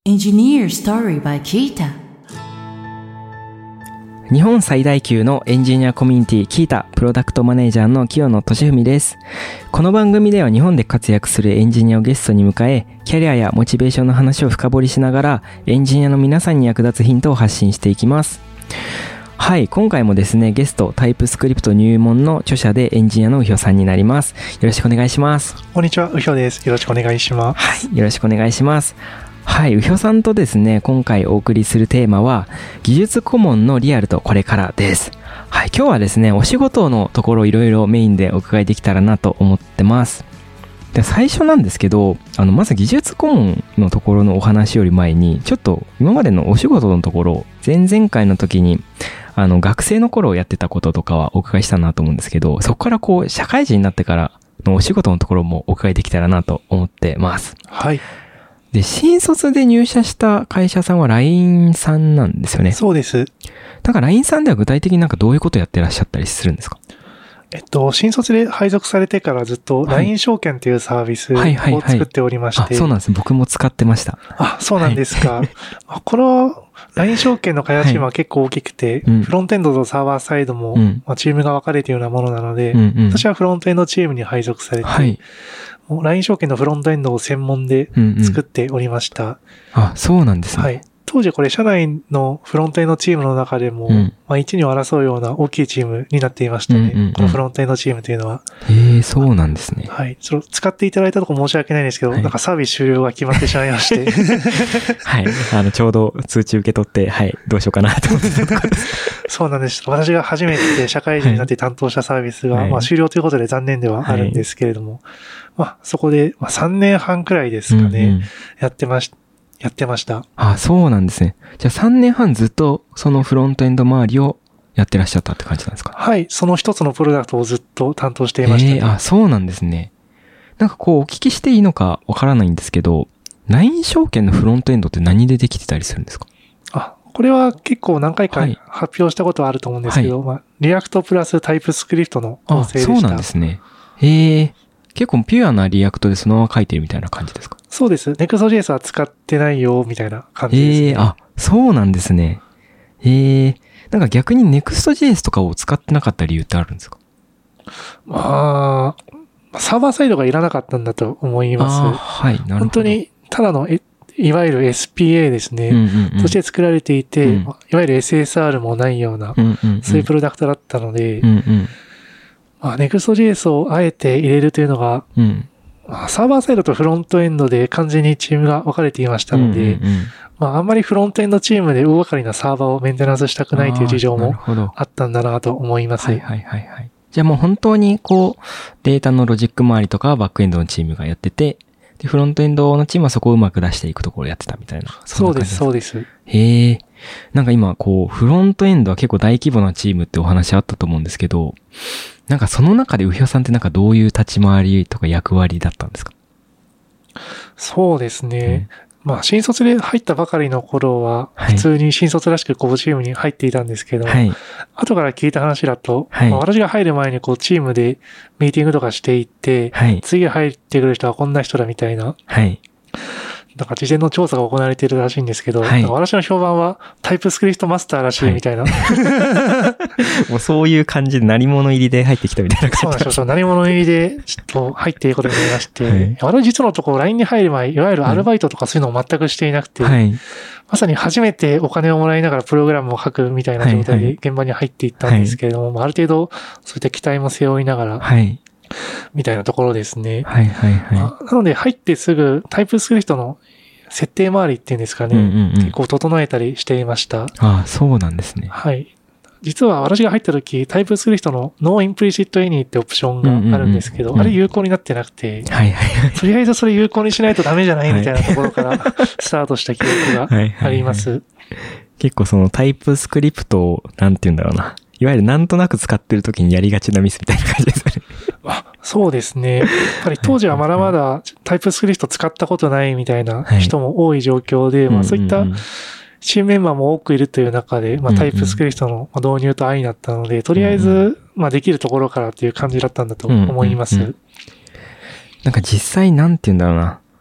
Engineer Story by Kita。 日本最大級のエンジニアコミュニティキータプロダクトマネージャーの清野俊文です。この番組では日本で活躍するエンジニアをゲストに迎え、キャリアやモチベーションの話を深掘りしながらエンジニアの皆さんに役立つヒントを発信していきます。はい、今回もですね、ゲストタイプスクリプト入門の著者でエンジニアのうひょさんになります。よろしくお願いします。 こんにちは、うひょです。よろしくお願いします。 はい、よろしくお願いします。はい、うひょさんとですね、今回お送りするテーマは技術顧問のリアルとこれからです。はい、今日はですね、お仕事のところいろいろメインでお伺いできたらなと思ってます。で、最初なんですけど、まず技術顧問のところのお話より前に、ちょっと今までのお仕事のところ、前々回の時に学生の頃やってたこととかはお伺いしたなと思うんですけど、そこからこう社会人になってからのお仕事のところもお伺いできたらなと思ってます。 はい。 で、新卒で入社した会社さんは LINE さんなんですよね。 そうです。 なんか LINE さんでは具体的になんかどういうことやってらっしゃったりするんですか？ 新卒で配属されてからずっと LINE 証券というサービスを作っておりまして。 そうなんです。僕も使ってました。 あ、そうなんですか。この LINE 証券の開発チームは結構大きくて、フロントエンドとサーバーサイドも、チームが分かれているようなものなので、私はフロントエンドチームに配属されて、もう LINE 証券のフロントエンドを専門で作っておりました。 あ、そうなんですね。 はい。当時これ社内のフロントエンドチームの中でも、一二を争うような大きいチームになっていましたね。このフロントエンドチームというのは。 そうなんですね。 はい。使っていただいたとこ申し訳ないんですけど、なんかサービス終了が決まってしまいまして。 はい。ちょうど通知受け取って、はい、どうしようかなと思ってたところです。 そうなんです。私が初めて社会人になって担当したサービスが、終了ということで残念ではあるんですけれども、そこで、3年半くらいですかね、やってました。 あ、そうなんですね。じゃあ3年半ずっとそのフロントエンド周りをやってらっしゃったって感じなんですか？ はい。その一つのプロダクトをずっと担当していましたね。 あ、そうなんですね。なんかこうお聞きしていいのかわからないんですけど、LINE 証券のフロントエンドって何でできてたりするんですか？ これは結構何回か発表したことはあると思うんですけど、リアクトプラスタイプスクリプトの構成でした。 そうなんですね。結構ピュアなリアクトでそのまま書いてるみたいな感じですか？ そうです。Next.js は使ってないよ、みたいな感じですね。 あ、そうなんですね。なんか逆に Next.js とかを使ってなかった理由ってあるんですか？ サーバーサイドがいらなかったんだと思います。 はい、なるほど。 本当に、ただの、いわゆる SPA ですね。そして作られていて、いわゆる SSR もないような、そういうプロダクトだったので、Next.js をあえて入れるというのが、サーバーサイドとフロントエンドで完全にチームが分かれていましたので、あんまりフロントエンドチームで大掛かりなサーバーをメンテナンスしたくないという事情もあったんだなと思います。 じゃあもう本当にこう、データのロジック周りとかはバックエンドのチームがやってて、で、フロントエンドのチームはそこをうまく出していくところをやってたみたいな。 そうです、そうです。 なんか今こう、フロントエンドは結構大規模なチームってお話あったと思うんですけど、なんかその中でうひょさんってなんかどういう立ち回りとか役割だったんですか？ そうですね。新卒で入ったばかりの頃は、普通に新卒らしくこうチームに入っていたんですけど、後から聞いた話だと、私が入る前にこうチームでミーティングとかしていって、次入ってくる人はこんな人だみたいな、なんか事前の調査が行われているらしいんですけど、私の評判はタイプスクリプトマスターらしいみたいな。 もうそういう感じで何者入りで入ってきたみたいな感じ。 そうなんですよ。何者入りでちょっと入っていることになりまして、私実のところ LINE に入る前、いわゆるアルバイトとかそういうのを全くしていなくて、まさに初めてお金をもらいながらプログラムを書くみたいな状態で現場に入っていったんですけれども、ある程度そういった期待も背負いながら、みたいなところですね。なので入ってすぐタイプスクリプトの設定周りっていうんですかね、結構整えたりしていました。 そうなんですね。 実は私が入った時、タイプスクリプトの No Implicit Any ってオプションがあるんですけど、あれ有効になってなくて、とりあえずそれ有効にしないとダメじゃないみたいなところからスタートした記憶があります。 結構そのタイプスクリプトを、なんて言うんだろうな。いわゆるなんとなく使ってる時にやりがちなミスみたいな感じですよね。 そうですね。やっぱり当時はまだまだタイプスクリプト使ったことないみたいな人も多い状況で、そういったチームメンバーも多くいるという中で、タイプスクリプトの導入と愛になったので、とりあえず、できるところからっていう感じだったんだと思います。 なんか実際なんて言うんだろうな。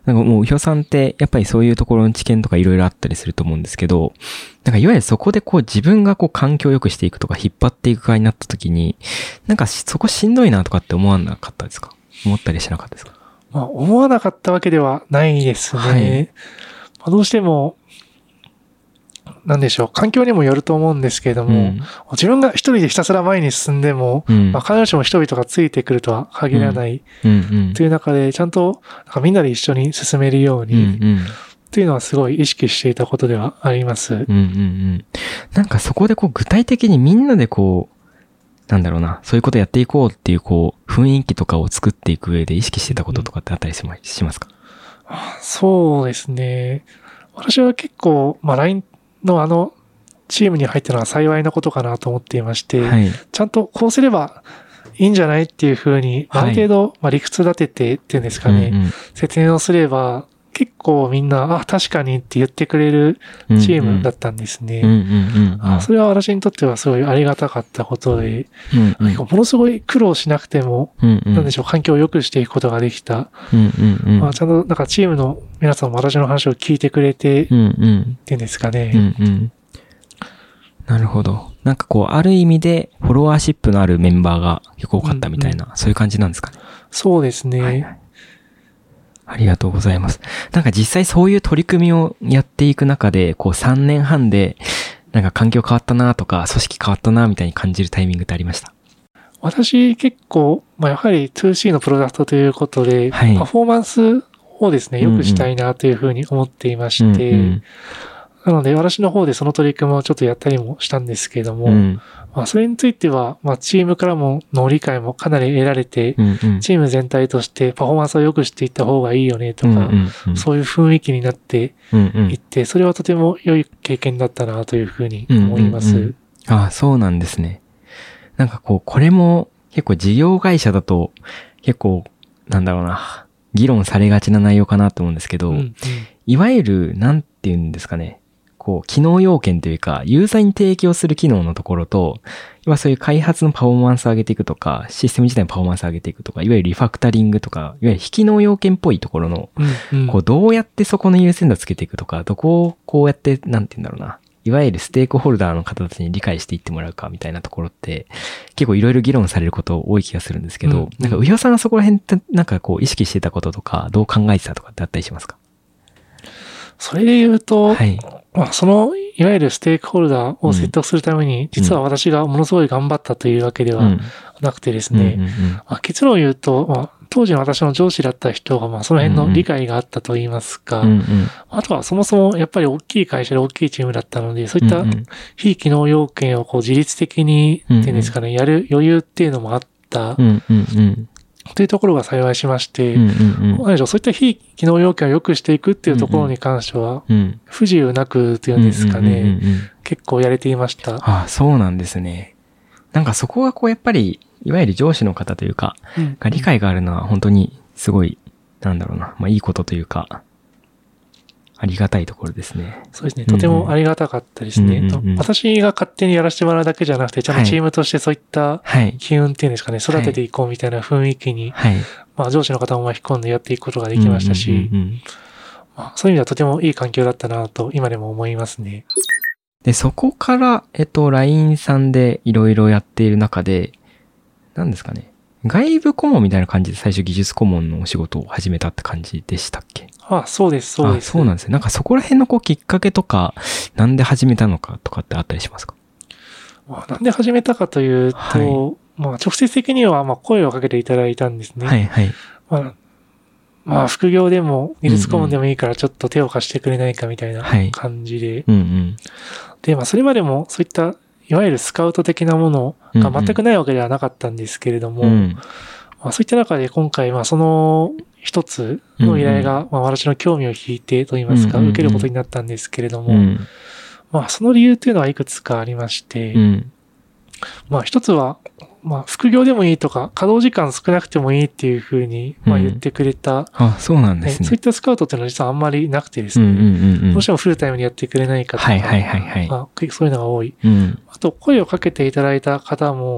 なんかもう、うひょさんって、やっぱりそういうところの知見とかいろいろあったりすると思うんですけど、なんかいわゆるそこでこう自分がこう環境を良くしていくとか引っ張っていく側になった時に、なんかそこしんどいなとかって思わなかったですか？思ったりしなかったですか？ まあ、思わなかったわけではないですね。はい、まあ、どうしても、なんでしょう、環境にもよると思うんですけれども、自分が一人でひたすら前に進んでも、まあ、必ずしも人々がついてくるとは限らないという中で、ちゃんとなんかみんなで一緒に進めるように、というのはすごい意識していたことではあります。 なんかそこでこう具体的にみんなでこう、なんだろうな、そういうことやっていこうっていうこう、雰囲気とかを作っていく上で意識してたこととかってあったりしますか？ そうですね。私は結構、まあ LINE のチームに入ったのは幸いなことかなと思っていまして、はい、ちゃんとこうすればいいんじゃないっていうふうに、ある程度、まあ理屈立ててっていうんですかね、説明をすれば、結構みんな、あ、確かにって言ってくれるチームだったんですね。それは私にとってはすごいありがたかったことで、ものすごい苦労しなくても、なんでしょう、環境を良くしていくことができた。まあ、ちゃんと、なんかチームの皆さんも私の話を聞いてくれて、っていうんですかね。 なるほど。なんかこう、ある意味でフォロワーシップのあるメンバーが結構多かったみたいな、そういう感じなんですかね。 そうですね。はいはい、 ありがとうございます。なんか実際そういう取り組みをやっていく中で、こう3年半で、なんか環境変わったなとか、組織変わったなみたいに感じるタイミングってありました？ 私結構、まあ、やはり 2C のプロダクトということで、はい、パフォーマンスをですね、良くしたいなというふうに思っていまして、なので私の方でその取り組みをちょっとやったりもしたんですけれども、まあ、それについては、まあ、チームからの理解もかなり得られて、チーム全体としてパフォーマンスを良くしていった方がいいよねとか、そういう雰囲気になっていって、それはとても良い経験だったなというふうに思います。 ああ、そうなんですね。なんかこう、これも結構事業会社だと結構、なんだろうな、議論されがちな内容かなと思うんですけど、いわゆる、なんていうんですかね、こう、機能要件というか、ユーザーに提供する機能のところと、今そういう開発のパフォーマンスを上げていくとか、システム自体のパフォーマンスを上げていくとか、いわゆるリファクタリングとか、いわゆる非機能要件っぽいところの、こう、どうやってそこの優先度をつけていくとか、どこをこうやって、なんて言うんだろうな、いわゆるステークホルダーの方たちに理解していってもらうかみたいなところって、結構いろいろ議論されること多い気がするんですけど、なんか、うひょさんがそこら辺って、なんかこう、意識してたこととか、どう考えてたとかってあったりしますか？ それで言うと、はい、まあ、いわゆるステークホルダーを説得するために、実は私がものすごい頑張ったというわけではなくてですね、まあ、結論を言うと、まあ、当時の私の上司だった人が、まあ、その辺の理解があったと言いますか、あとはそもそもやっぱり大きい会社で大きいチームだったので、そういった非機能要件をこう自律的に、っていうんですかね、やる余裕っていうのもあった。というところが幸いしまして、何でしょう、そういった非機能要件を良くしていくっていうところに関しては、不自由なくというんですかね、結構やれていました。 ああ、そうなんですね。なんかそこがこうやっぱり、いわゆる上司の方というか、が理解があるのは本当にすごい、なんだろうな、まあいいことというか、ありがたいところですね。 そうですね。とてもありがたかったですね。私が勝手にやらせてもらうだけじゃなくて、ちゃんとチームとしてそういった機運っていうんですかね、育てていこうみたいな雰囲気に、まあ上司の方も巻き込んでやっていくことができましたし、まあ、そういう意味ではとてもいい環境だったなと今でも思いますね。 で、そこから、LINE さんでいろいろやっている中で、何ですかね。外部顧問みたいな感じで最初技術顧問のお仕事を始めたって感じでしたっけ？ あ、そうです、そうです。 そうなんですね。なんかそこら辺のこうきっかけとか、なんで始めたのかとかってあったりしますか？ まあ、なんで始めたかというと、まあ直接的にはまあ声をかけていただいたんですね。はいはい。まあ副業でも技術顧問でもいいからちょっと手を貸してくれないかみたいな感じで。で、まあそれまでもそういったいわゆるスカウト的なものが全くないわけではなかったんですけれども、まあ、そういった中で今回、まあその一つの依頼が、まあ私の興味を引いてといいますか、受けることになったんですけれども、まあその理由というのはいくつかありまして、まあ一つは、まあ副業でもいいとか、稼働時間少なくてもいいっていうふうに、まあ言ってくれた。 あ、そうなんですね。 そういったスカウトっていうのは実はあんまりなくてですね、どうしてもフルタイムにやってくれない方とか、そういうのが多い。あと声をかけていただいた方も、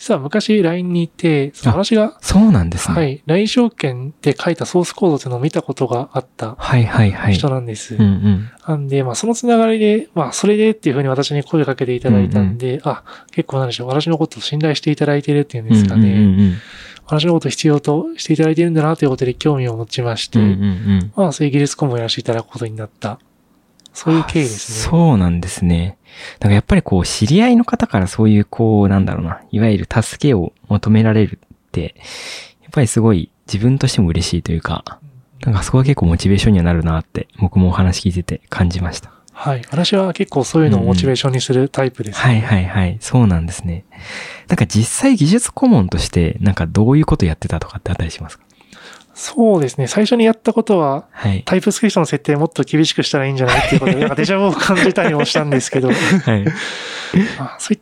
実は昔 LINE にいて、私が、 そうなんですね。 はい。LINE 証券で書いたソースコードっていうのを見たことがあった人なんです。なんで、そのつながりで、それでっていうふうに私に声かけていただいたんで、結構なんでしょう、私のことを信頼していただいているっていうんですかね。私のことを必要としていただいているんだなということで興味を持ちまして、そういう技術顧問をやらせていただくことになった。そういう経緯ですね。 そうなんですね。だからやっぱり知り合いの方からそういういわゆる助けを求められるって、やっぱりすごい自分としても嬉しいというか、そこは結構モチベーションにはなるなって、僕もお話聞いてて感じました。 はい。私は結構そういうのをモチベーションにするタイプですね。 そうなんですね。実際技術顧問として、どういうことやってたとかってあったりしますか？ そうですね。最初にやったことは、タイプスクリプトの設定もっと厳しくしたらいいんじゃないっていうことで、デジャブを感じたりもしたんですけど、そういった、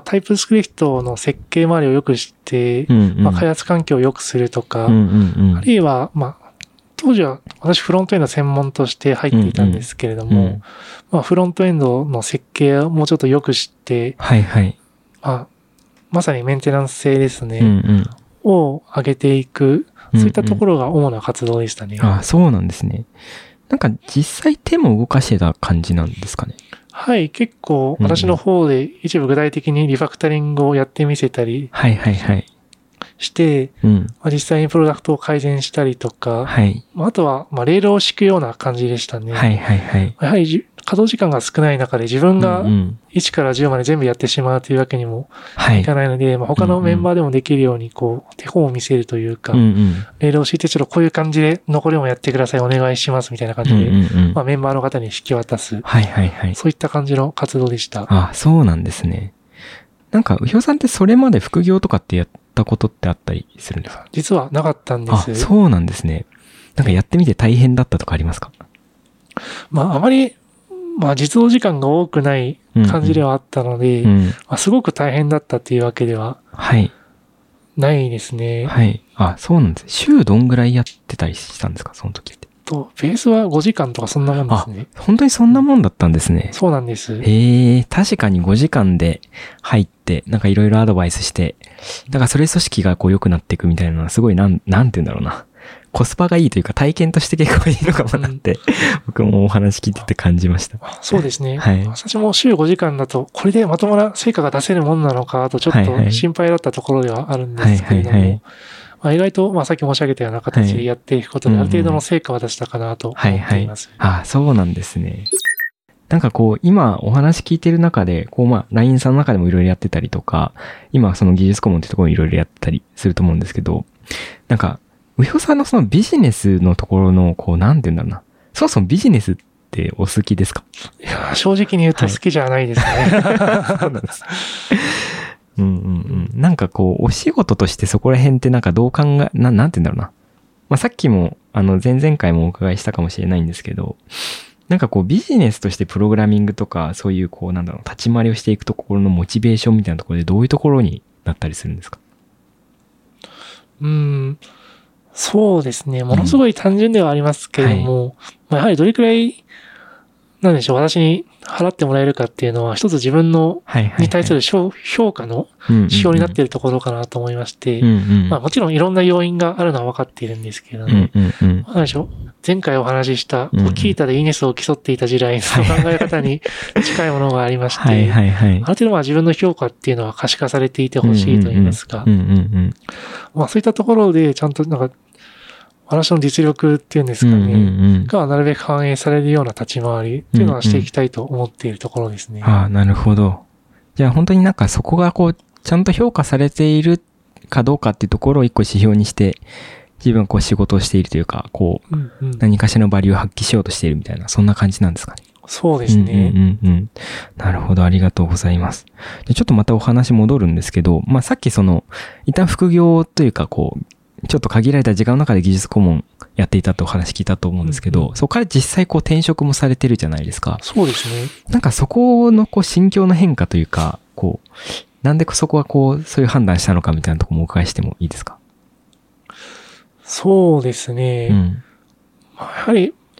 タイプスクリプトの設計周りを良くして、開発環境を良くするとか、あるいは、当時は私フロントエンド専門として入っていたんですけれども、フロントエンドの設計をもうちょっと良くして、まさにメンテナンス性ですね、を上げていく、そういったところが主な活動でしたね。 そうなんですね。実際手も動かしてた感じなんですかね。 はい、結構私の方で一部具体的にリファクタリングをやってみせたりして、実際にプロダクトを改善したりとか、あとはレールを敷くような感じでしたね。やはり稼働時間が少ない中で自分が1から10まで全部やってしまうというわけにもいかないので、他のメンバーでもできるように手本を見せるというか、レールを敷いてちょっとこういう感じで残りもやってください、お願いしますみたいな感じで、メンバーの方に引き渡す。そういった感じの活動でした。 そうなんですね。うひょうさんってそれまで副業とかってやったことってあったりするんですか？ 実はなかったんです。 そうなんですね。やってみて大変だったとかありますか？ あまり、実動時間が多くない感じではあったので、すごく大変だったっていうわけではないですね。 そうなんです。週どんぐらいやってたりしたんですか、その時って。 ベースは5時間とかそんなもんですね。 本当にそんなもんだったんですね。 そうなんです。 確かに5時間で入って、いろいろアドバイスして、それ組織が良くなっていくみたいなのはすごいなんて言うんだろうな。コスパがいいというか体験として結構いいのかもなって、僕もお話聞いてて感じました。 そうですね。私も週5時間だと、これでまともな成果が出せるものなのかとちょっと心配だったところではあるんですけれども、意外と、さっき申し上げたような形でやっていくことで、ある程度の成果は出したかなと思っています。 そうなんですね。今お話聞いてる中で、LINE さんの中でもいろいろやってたりとか、今その技術顧問ってところにいろいろやったりすると思うんですけど、うひょうさんのそのビジネスのところの、なんて言うんだろうな。そもそもビジネスってお好きですか？ いや、正直に言うと好きじゃないですね。 そうなんです。お仕事としてそこら辺ってどう考え、なんて言うんだろうな。さっきも、前々回もお伺いしたかもしれないんですけど、ビジネスとしてプログラミングとか、そういう立ち回りをしていくところのモチベーションみたいなところでどういうところになったりするんですか？ そうですね。ものすごい単純ではありますけれども、やはりどれくらい、なんでしょう、私に払ってもらえるかっていうのは、一つ自分の、に対する評価の指標になっているところかなと思いまして、もちろんいろんな要因があるのは分かっているんですけれども、なんでしょう、前回お話しした、キータでイーネスを競っていた時代の考え方に近いものがありまして、ある程度自分の評価っていうのは可視化されていてほしいと言いますか、そういったところでちゃんと私の実力っていうんですかね、がなるべく反映されるような立ち回りっていうのはしていきたいと思っているところですね。 なるほど。じゃあ本当にそこがちゃんと評価されているかどうかっていうところを一個指標にして、自分は仕事をしているというか、何かしらのバリューを発揮しようとしているみたいな、そんな感じなんですかね。 そうですね。 なるほど、ありがとうございます。でちょっとまたお話戻るんですけど、さっき一旦副業というかちょっと限られた時間の中で技術顧問やっていたってお話聞いたと思うんですけど、そこから実際転職もされてるじゃないですか。 そうですね。 そこの心境の変化というか、なんでそこはそういう判断したのかみたいなところもお伺いしてもいいですか？ そうですね。やはり、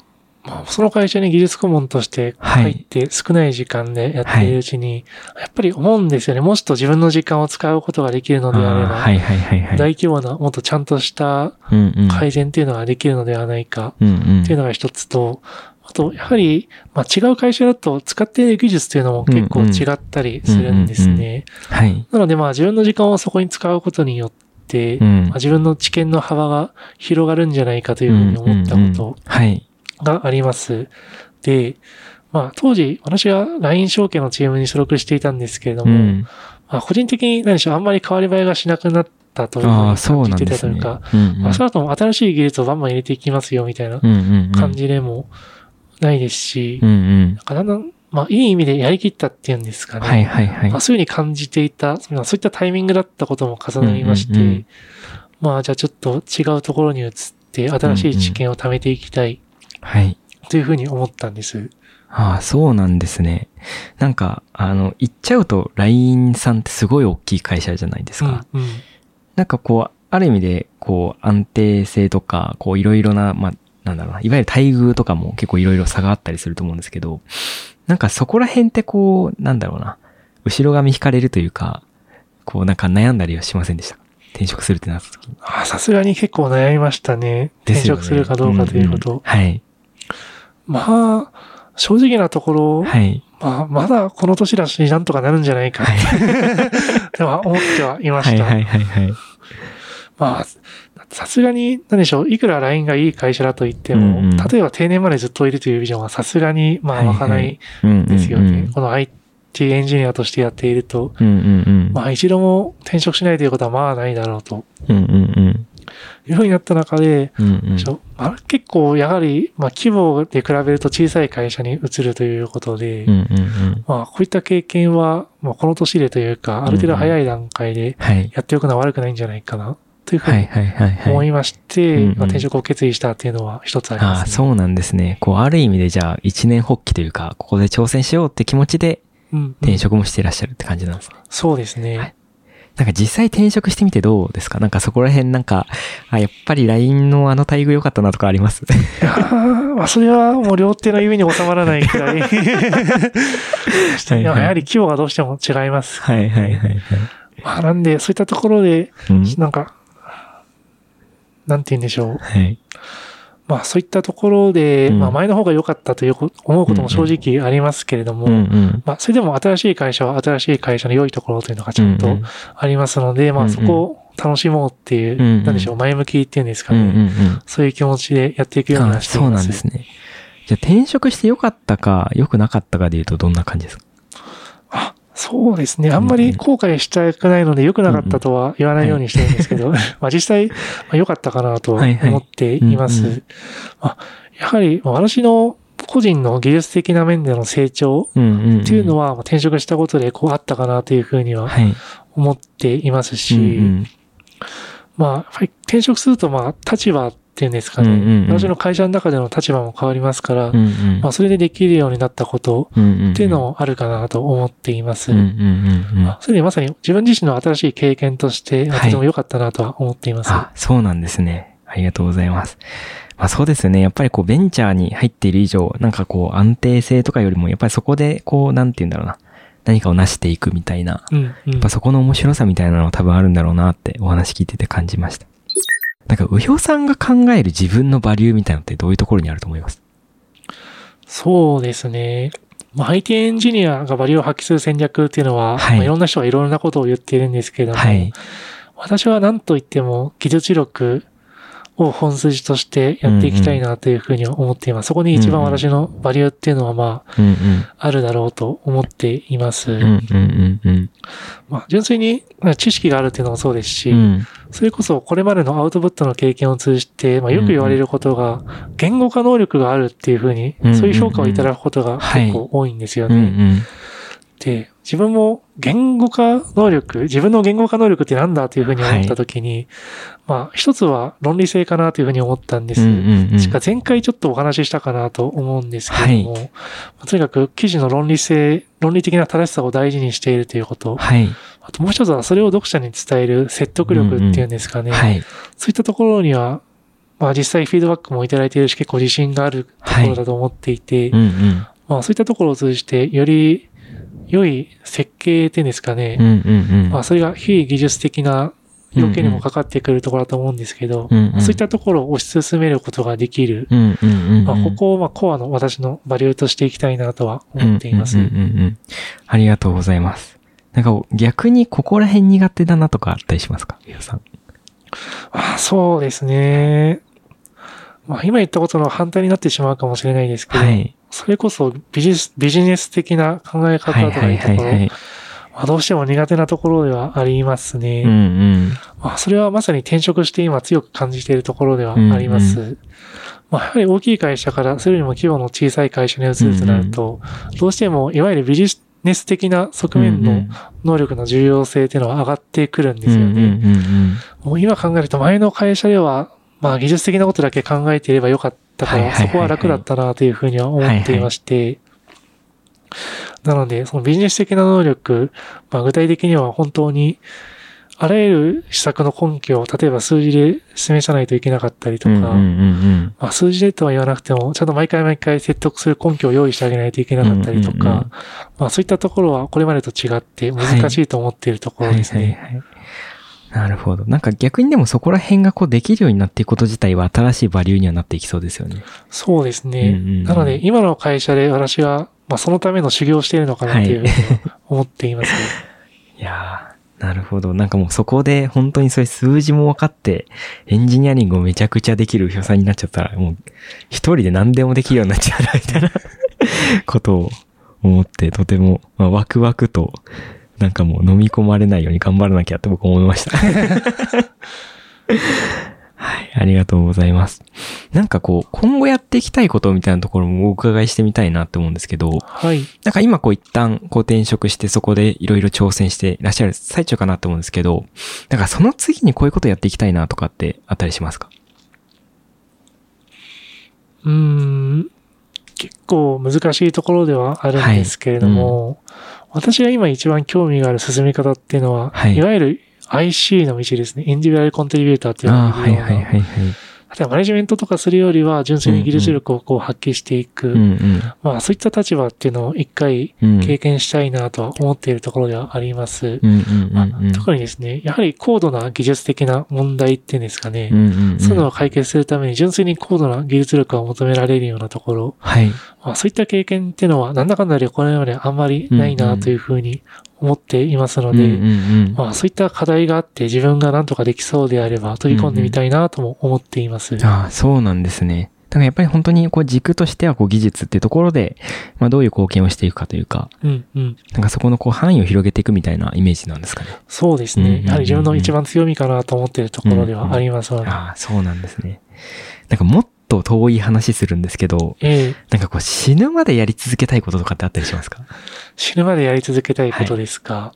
まあ、その会社に技術顧問として入って少ない時間でやっているうちに、やっぱり思うんですよね。もっと自分の時間を使うことができるのであれば、大規模な、もっとちゃんとした改善っていうのができるのではないかっていうのが一つと、あと、やはり、まあ、違う会社だと使っている技術っていうのも結構違ったりするんですね。なので、まあ、自分の時間をそこに使うことによって、まあ、自分の知見の幅が広がるんじゃないかというふうに思ったことがあります。で、まあ、当時、私は LINE 証券のチームに所属していたんですけれども、まあ、個人的に何でしょう、あんまり変わり映えがしなくなったというふうに感じてたというか、まあ、その後も新しい技術をバンバン入れていきますよみたいな感じでもないですし、まあ、いい意味でやりきったっていうんですかね。まあ、そういうふうに感じていた、そういったタイミングだったことも重なりまして、まあ、じゃあちょっと違うところに移って、新しい知見を貯めていきたい。というふうに思ったんです。 ああ、そうなんですね。なんか、言っちゃうと LINE さんってすごい大きい会社じゃないですか。なんかこう、ある意味で、こう、安定性とか、こう、いろいろな、まあ、なんだろうな、いわゆる待遇とかも結構いろいろ差があったりすると思うんですけど、なんかそこら辺ってこう、なんだろうな、後ろ髪引かれるというか、こうなんか悩んだりはしませんでしたか？転職するってなった時に。 さすがに結構悩みましたね。転職するかどうかということ。まあ、正直なところ、まあ、まだこの年だし、なんとかなるんじゃないかっては思ってはいました。まあ、さすがに、何でしょう、いくら LINE がいい会社だと言っても、例えば定年までずっといるというビジョンはさすがに、まあ、湧かないですよね。この IT エンジニアとしてやっていると、まあ、一度も転職しないということはまあないだろうと。いうふうになった中で、結構やはり、まあ、規模で比べると小さい会社に移るということで、まあ、こういった経験は、まあ、この年でというか、ある程度早い段階でやっておくのは悪くないんじゃないかな。というふうに思いまして、転職を決意したっていうのは一つありますね。 ああ、そうなんですね。こう、ある意味でじゃあ、一年発起というか、ここで挑戦しようって気持ちで、転職もしていらっしゃるって感じなんですね。 そうですね。 なんか実際転職してみてどうですか？なんかそこら辺なんか、やっぱり LINE の待遇良かったなとかあります？ まあそれはもう両手の指に収まらないくらい。やはり規模がどうしても違います。まあなんで、そういったところで、なんか、なんて言うんでしょう。まあそういったところで、まあ前の方が良かったという思うことも正直ありますけれども、まあそれでも新しい会社は新しい会社の良いところというのがちゃんとありますので、まあそこを楽しもうっていう、なんでしょう、前向きっていうんですかね。そういう気持ちでやっていくようにはしています。 そうなんですね。じゃあ転職して良かったか良くなかったかで言うとどんな感じですか？ そうですね。あんまり後悔したくないので良くなかったとは言わないようにしてるんですけど、まあ実際、良かったかなと思っています。やはり私の個人の技術的な面での成長っていうのは転職したことでこうあったかなというふうには思っていますし、まあやっぱり転職するとまあ立場っていうんですかね。私の会社の中での立場も変わりますから、まあそれでできるようになったことっていうのもあるかなと思っています。それでまさに自分自身の新しい経験としてとても良かったなとは思っています。 そうなんですね。ありがとうございます。まあそうですよね。やっぱりこうベンチャーに入っている以上、なんかこう安定性とかよりもやっぱりそこでこうなんて言うんだろうな。何かを成していくみたいな。やっぱそこの面白さみたいなのは多分あるんだろうなってお話聞いてて感じました。なんか、うひょさんが考える自分のバリューみたいなのってどういうところにあると思います？ そうですね。まあ、IT エンジニアがバリューを発揮する戦略っていうのは、まあ、いろんな人がいろんなことを言っているんですけれども、私は何と言っても技術力を本筋としてやっていきたいなというふうに思っています。そこに一番私のバリューっていうのはまあ、あるだろうと思っています。まあ、純粋に知識があるっていうのもそうですし、それこそこれまでのアウトプットの経験を通じて、まあ、よく言われることが、言語化能力があるっていうふうに、そういう評価をいただくことが結構多いんですよね。で、自分も言語化能力、自分の言語化能力ってなんだというふうに思ったときに、まあ、一つは論理性かなというふうに思ったんです。しか前回ちょっとお話ししたかなと思うんですけれども、とにかく記事の論理的な正しさを大事にしているということ。あともう一つはそれを読者に伝える説得力っていうんですかね。そういったところには、 まあ実際フィードバックもいただいているし、結構自信があるところだと思っていて、 うんうん、 まあそういったところを通じて、より良い設計っていうんですかね、 うんうんうん、 まあそれが非技術的な要件にもかかってくるところだと思うんですけど、 うんうん、 そういったところを推し進めることができる。 うんうんうんうん、 まあここをまあコアの私のバリューとしていきたいなとは思っています。 うんうんうんうん。ありがとうございます。なんか逆にここら辺苦手だなとかあったりしますか、ゆうさん。 そうですね。まあ今言ったことの反対になってしまうかもしれないですけど、はい、それこそビジネス的な考え方とかいうところ、まあ、どうしても苦手なところではありますね。 うんうん、 まあそれはまさに転職して今強く感じているところではあります。うんうん、まあやはり大きい会社からそれよりも規模の小さい会社に移るとなると、どうしてもいわゆるビジネス的な側面の能力の重要性っていうのは上がってくるんですよね。もう今考えると前の会社では、まあ技術的なことだけ考えていればよかったから、そこは楽だったなというふうには思っていまして、なので、そのビジネス的な能力、まあ具体的には本当に、あらゆる施策の根拠を、例えば数字で示さないといけなかったりとか、まあ数字でとは言わなくても、ちゃんと毎回説得する根拠を用意してあげないといけなかったりとか、まあそういったところはこれまでと違って難しいと思っているところですね。 なるほど。なんか逆にでもそこら辺がこうできるようになっていくこと自体は新しいバリューにはなっていきそうですよね。 そうですね。なので今の会社で私は、まあそのための修行をしているのかなというふうに思っていますね。 いやー。なるほど。なんかもうそこで本当にそういう数字も分かって、エンジニアリングをめちゃくちゃできる予算になっちゃったら、もう一人で何でもできるようになっちゃうみたいなことを思って、とても、まあ、ワクワクと、なんかもう飲み込まれないように頑張らなきゃって僕思いました。はい、ありがとうございます。なんかこう、今後やっていきたいことみたいなところもお伺いしてみたいなって思うんですけど、 はい。 なんか今こう一旦こう転職してそこでいろいろ挑戦していらっしゃる最中かなって思うんですけど、なんかその次にこういうことやっていきたいなとかってあったりしますか？ 結構難しいところではあるんですけれども、私が今一番興味がある進み方っていうのは、いわゆるIC の道ですね。インディビュアルコントリビューターっていうのがいるような。例えばマネジメントとかするよりは純粋に技術力をこう発揮していく。まあそういった立場っていうのを一回経験したいなとは思っているところではあります。特にですね、やはり高度な技術的な問題っていうんですかね。そういうのを解決するために純粋に高度な技術力が求められるようなところ。まあそういった経験っていうのはなんだかんだでこれまであんまりないなというふうに思っていますので、まあそういった課題があって自分が何とかできそうであれば飛び込んでみたいなとも思っています。 ああ、そうなんですね。だからやっぱり本当にこう軸としてはこう技術っていうところで、まあどういう貢献をしていくかというか、なんかそこのこう範囲を広げていくみたいなイメージなんですかね。 そうですね。やはり自分の一番強みかなと思っているところではありますので。 ああ、そうなんですね。なんかもっと遠い話するんですけど、なんかこう死ぬまでやり続けたいこととかってあったりしますか？ 死ぬまでやり続けたいことですか。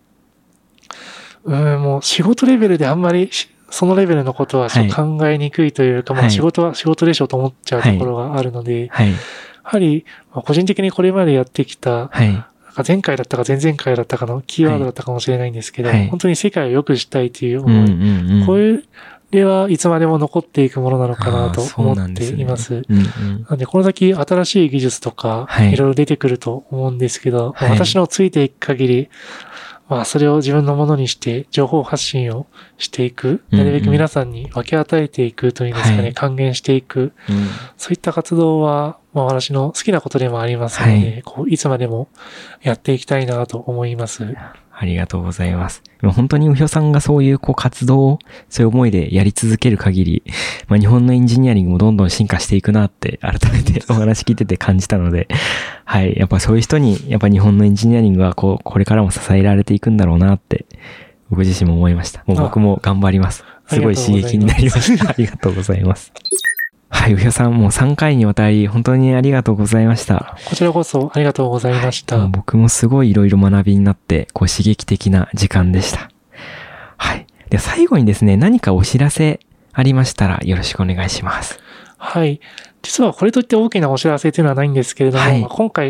もう仕事レベルであんまりそのレベルのことは考えにくいというか、まあ仕事は仕事でしょと思っちゃうところがあるので、やはり個人的にこれまでやってきた、前回だったか前々回だったかのキーワードだったかもしれないんですけど、本当に世界を良くしたいという思い、こういう例はいつまでも残っていくものなのかなと思っています。なので、この先新しい技術とか、いろいろ出てくると思うんですけど、私のついていく限り、まあ、それを自分のものにして、情報発信をしていく。なるべく皆さんに分け与えていくというんですかね、還元していく。そういった活動は、まあ、私の好きなことでもありますので、こういつまでもやっていきたいなと思います。 ありがとうございます。本当にうひょさんがそういうこう活動を、そういう思いでやり続ける限り、まあ日本のエンジニアリングもどんどん進化していくなって改めてお話聞いてて感じたので、はい。やっぱそういう人に、やっぱ日本のエンジニアリングはこれからも支えられていくんだろうなって、僕自身も思いました。もう僕も頑張ります。すごい刺激になりました。ありがとうございます。はい、うひょさんもう3回にわたり本当にありがとうございました。 こちらこそありがとうございました。 僕もすごいいろいろ学びになって、こう刺激的な時間でした。はい。で、最後にですね、何かお知らせありましたらよろしくお願いします。 はい。実はこれといって大きなお知らせというのはないんですけれども、今回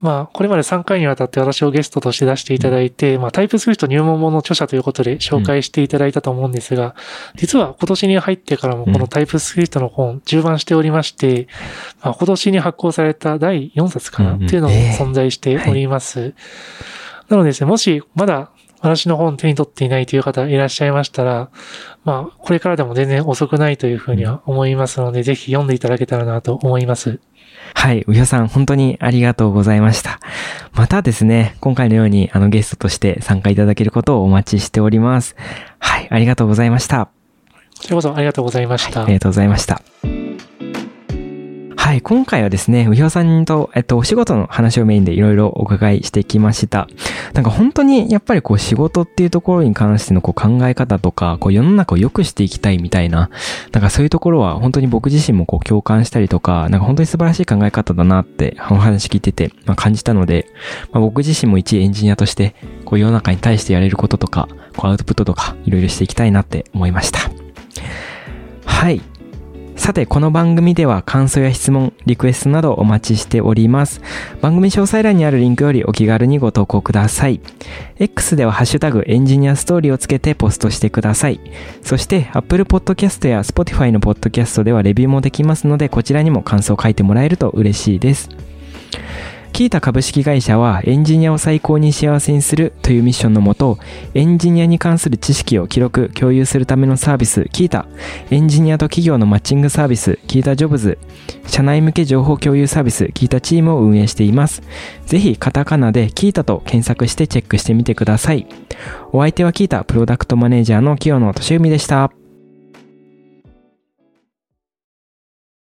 これまで3回にわたって私をゲストとして出していただいて、タイプスクリプト入門本の著者ということで紹介していただいたと思うんですが、実は今年に入ってからもこのタイプスクリプトの本、10番しておりまして、今年に発行された第4冊かなっていうのも存在しております。なのでですね、もしまだ私の本手に取っていないという方いらっしゃいましたら、これからでも全然遅くないというふうには思いますので、ぜひ読んでいただけたらなと思います。 はい、うひょさん本当にありがとうございました。またですね、今回のようにゲストとして参加いただけることをお待ちしております。はい、ありがとうございました。 こちらこそありがとうございました。 はい、ありがとうございました。はい、今回はですね、うひょさんと、お仕事の話をメインでいろいろお伺いしてきました。なんか本当にやっぱり仕事っていうところに関しての考え方とか、世の中を良くしていきたいみたいな、なんかそういうところは本当に僕自身も共感したりとか、なんか本当に素晴らしい考え方だなってお話聞いてて、感じたので、僕自身も一エンジニアとして、世の中に対してやれることとか、アウトプットとかいろいろしていきたいなって思いました。はい。さて、この番組では感想や質問、リクエストなどお待ちしております。番組詳細欄にあるリンクよりお気軽にご投稿ください。X ではハッシュタグエンジニアストーリーをつけてポストしてください。そして Apple Podcast や Spotify の Podcast ではレビューもできますので、こちらにも感想を書いてもらえると嬉しいです。キータ株式会社はエンジニアを最高に幸せにするというミッションのもと、エンジニアに関する知識を記録・共有するためのサービスキータ、エンジニアと企業のマッチングサービスキータジョブズ、社内向け情報共有サービスキータチームを運営しています。ぜひカタカナでキータと検索してチェックしてみてください。お相手はキータプロダクトマネージャーの清野俊文でした。